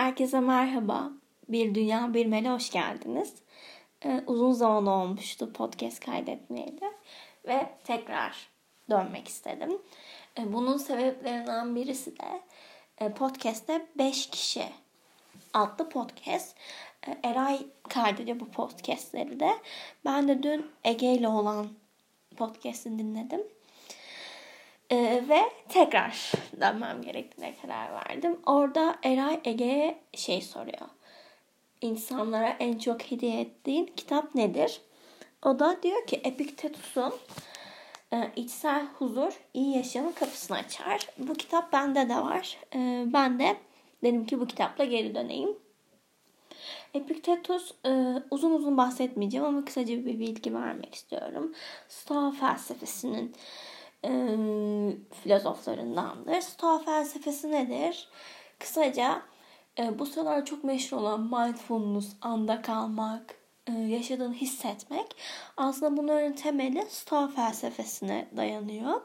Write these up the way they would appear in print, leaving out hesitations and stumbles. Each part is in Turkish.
Herkese merhaba. Bir Dünya Bir Mele hoş geldiniz. Uzun zaman olmuştu podcast kaydetmeyeli ve tekrar dönmek istedim. Bunun sebeplerinden birisi de podcast'te 5 kişi adlı podcast. Eray kaydediyor bu podcast'leri de. Ben de dün Ege ile olan podcast'ini dinledim. Ve tekrar dönmem gerektiğine karar verdim. Orada Eray Ege'ye soruyor. İnsanlara en çok hediye ettiğin kitap nedir? O da diyor ki Epiktetus'un içsel huzur iyi yaşamın kapısını açar. Bu kitap bende de var. Ben de dedim ki bu kitapla geri döneyim. Epiktetus uzun uzun bahsetmeyeceğim ama kısaca bir bilgi vermek istiyorum. Stoa felsefesinin filozoflarındandır. Stoa felsefesi nedir? Kısaca bu sıralar çok meşhur olan mindfulness, anda kalmak, yaşadığını hissetmek. Aslında bunların temeli Stoa felsefesine dayanıyor.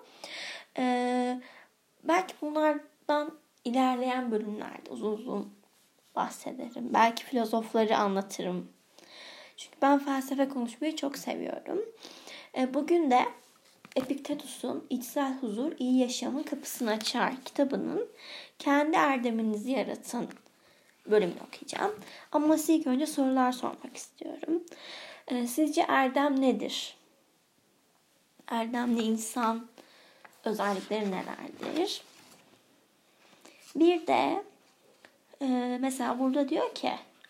Belki bunlardan ilerleyen bölümlerde uzun uzun bahsederim. Belki filozofları anlatırım. Çünkü ben felsefe konuşmayı çok seviyorum. Bugün de Epiktetus'un İçsel Huzur İyi Yaşamın Kapısını Açar kitabının Kendi Erdeminizi Yaratın bölümünü okuyacağım. Ama size ilk önce sorular sormak istiyorum. Sizce erdem nedir? Erdemli insan özellikleri nelerdir? Bir de mesela burada diyor ki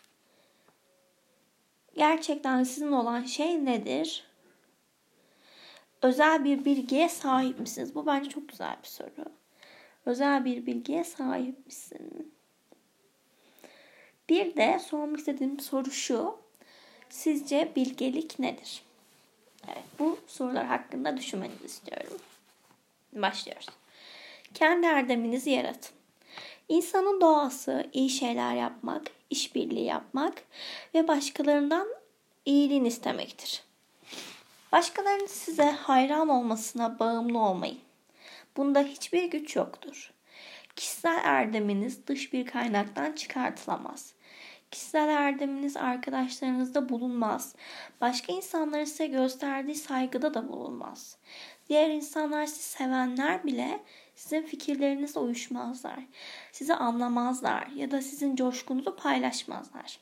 gerçekten sizin olan şey nedir? Özel bir bilgiye sahip misiniz? Bu bence çok güzel bir soru. Özel bir bilgiye sahip misin? Bir de sormak istediğim soru şu. Sizce bilgelik nedir? Evet, bu sorular hakkında düşünmenizi istiyorum. Başlıyoruz. Kendi erdeminizi yaratın. İnsanın doğası iyi şeyler yapmak, işbirliği yapmak ve başkalarından iyiliğini istemektir. Başkalarının size hayran olmasına bağımlı olmayın. Bunda hiçbir güç yoktur. Kişisel erdeminiz dış bir kaynaktan çıkartılamaz. Kişisel erdeminiz arkadaşlarınızda bulunmaz. Başka insanların size gösterdiği saygıda da bulunmaz. Diğer insanlar sizi sevenler bile sizin fikirlerinizle uyuşmazlar. Sizi anlamazlar ya da sizin coşkunuzu paylaşmazlar.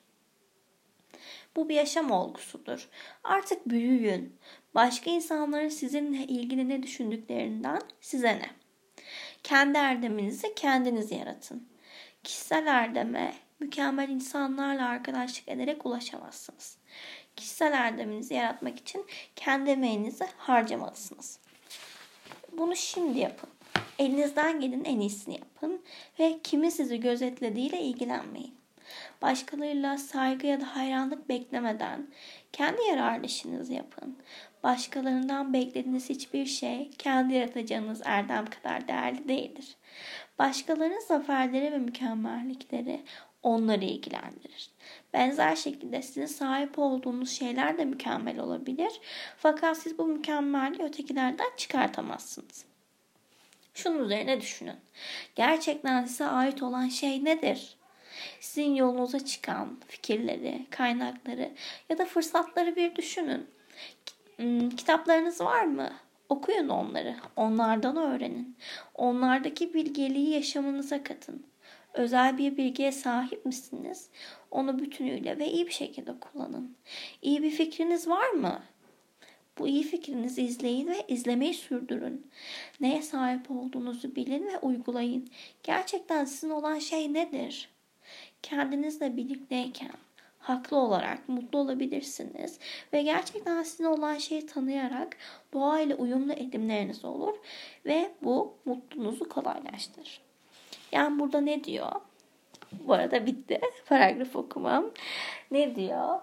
Bu bir yaşam olgusudur. Artık büyüyün. Başka insanların sizinle ilgili ne düşündüklerinden size ne? Kendi erdeminizi kendiniz yaratın. Kişisel erdeme mükemmel insanlarla arkadaşlık ederek ulaşamazsınız. Kişisel erdeminizi yaratmak için kendi emeğinizi harcamalısınız. Bunu şimdi yapın. Elinizden gelenin en iyisini yapın ve kimin sizi gözetlediğiyle ilgilenmeyin. Başkalarıyla saygı ya da hayranlık beklemeden kendi yararlı işinizi yapın. Başkalarından beklediğiniz hiçbir şey kendi yaratacağınız erdem kadar değerli değildir. Başkalarının zaferleri ve mükemmellikleri onları ilgilendirir. Benzer şekilde sizin sahip olduğunuz şeyler de mükemmel olabilir. Fakat siz bu mükemmelliği ötekilerden çıkartamazsınız. Şunun üzerine düşünün. Gerçekten size ait olan şey nedir? Sizin yolunuza çıkan fikirleri, kaynakları ya da fırsatları bir düşünün. Kitaplarınız var mı? Okuyun onları. Onlardan öğrenin. Onlardaki bilgeliği yaşamınıza katın. Özel bir bilgiye sahip misiniz? Onu bütünüyle ve iyi bir şekilde kullanın. İyi bir fikriniz var mı? Bu iyi fikrinizi izleyin ve izlemeyi sürdürün. Neye sahip olduğunuzu bilin ve uygulayın. Gerçekten sizin olan şey nedir? Kendinizle birlikteyken haklı olarak mutlu olabilirsiniz ve gerçekten sizin olan şeyi tanıyarak doğayla uyumlu edimleriniz olur ve bu mutluluğunuzu kolaylaştırır. Yani burada ne diyor? Bu arada bitti paragraf okumam. Ne diyor?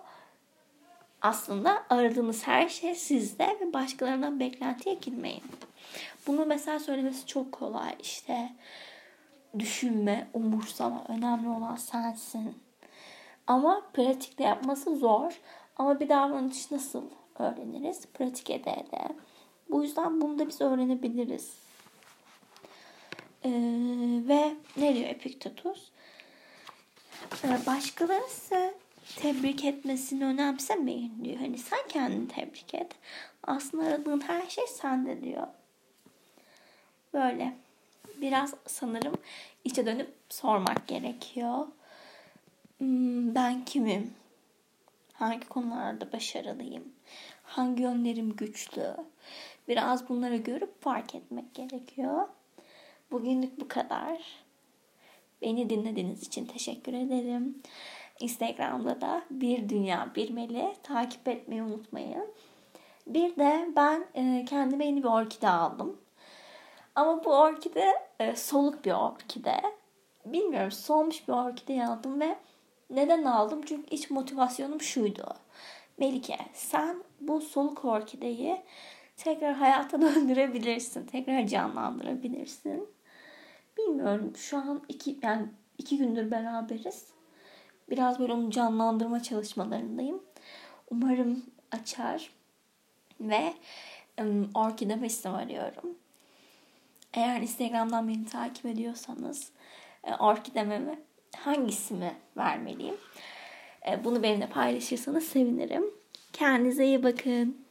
Aslında aradığınız her şey sizde ve başkalarından beklentiye girmeyin. Bunu mesela söylemesi çok kolay. İşte düşünme, umursama, önemli olan sensin. Ama pratikte yapması zor. Ama bir davranış nasıl öğreniriz? Pratik ede ede. Bu yüzden bunu da biz öğrenebiliriz. Ve ne diyor Epiktetus? Başkaları ise tebrik etmesini önemsemeyin diyor. Hani sen kendini tebrik et. Aslında aradığın her şey sende diyor. Böyle biraz sanırım içe dönüp sormak gerekiyor. Ben kimim? Hangi konularda başarılıyım? Hangi yönlerim güçlü? Biraz bunları görüp fark etmek gerekiyor. Bugünlük bu kadar. Beni dinlediğiniz için teşekkür ederim. Instagram'da da Bir Dünya Bir Meli takip etmeyi unutmayın. Bir de ben kendime yeni bir orkide aldım. Ama bu orkide soluk bir orkide. Bilmiyorum, solmuş bir orkide aldım ve neden aldım? Çünkü iç motivasyonum şuydu. Melike, sen bu soluk orkideyi tekrar hayata döndürebilirsin. Tekrar canlandırabilirsin. Bilmiyorum, şu an iki gündür beraberiz. Biraz böyle onu canlandırma çalışmalarındayım. Umarım açar. Ve orkide besim arıyorum. Eğer Instagram'dan beni takip ediyorsanız orkideme hangisini vermeliyim? Bunu benimle paylaşırsanız sevinirim. Kendinize iyi bakın.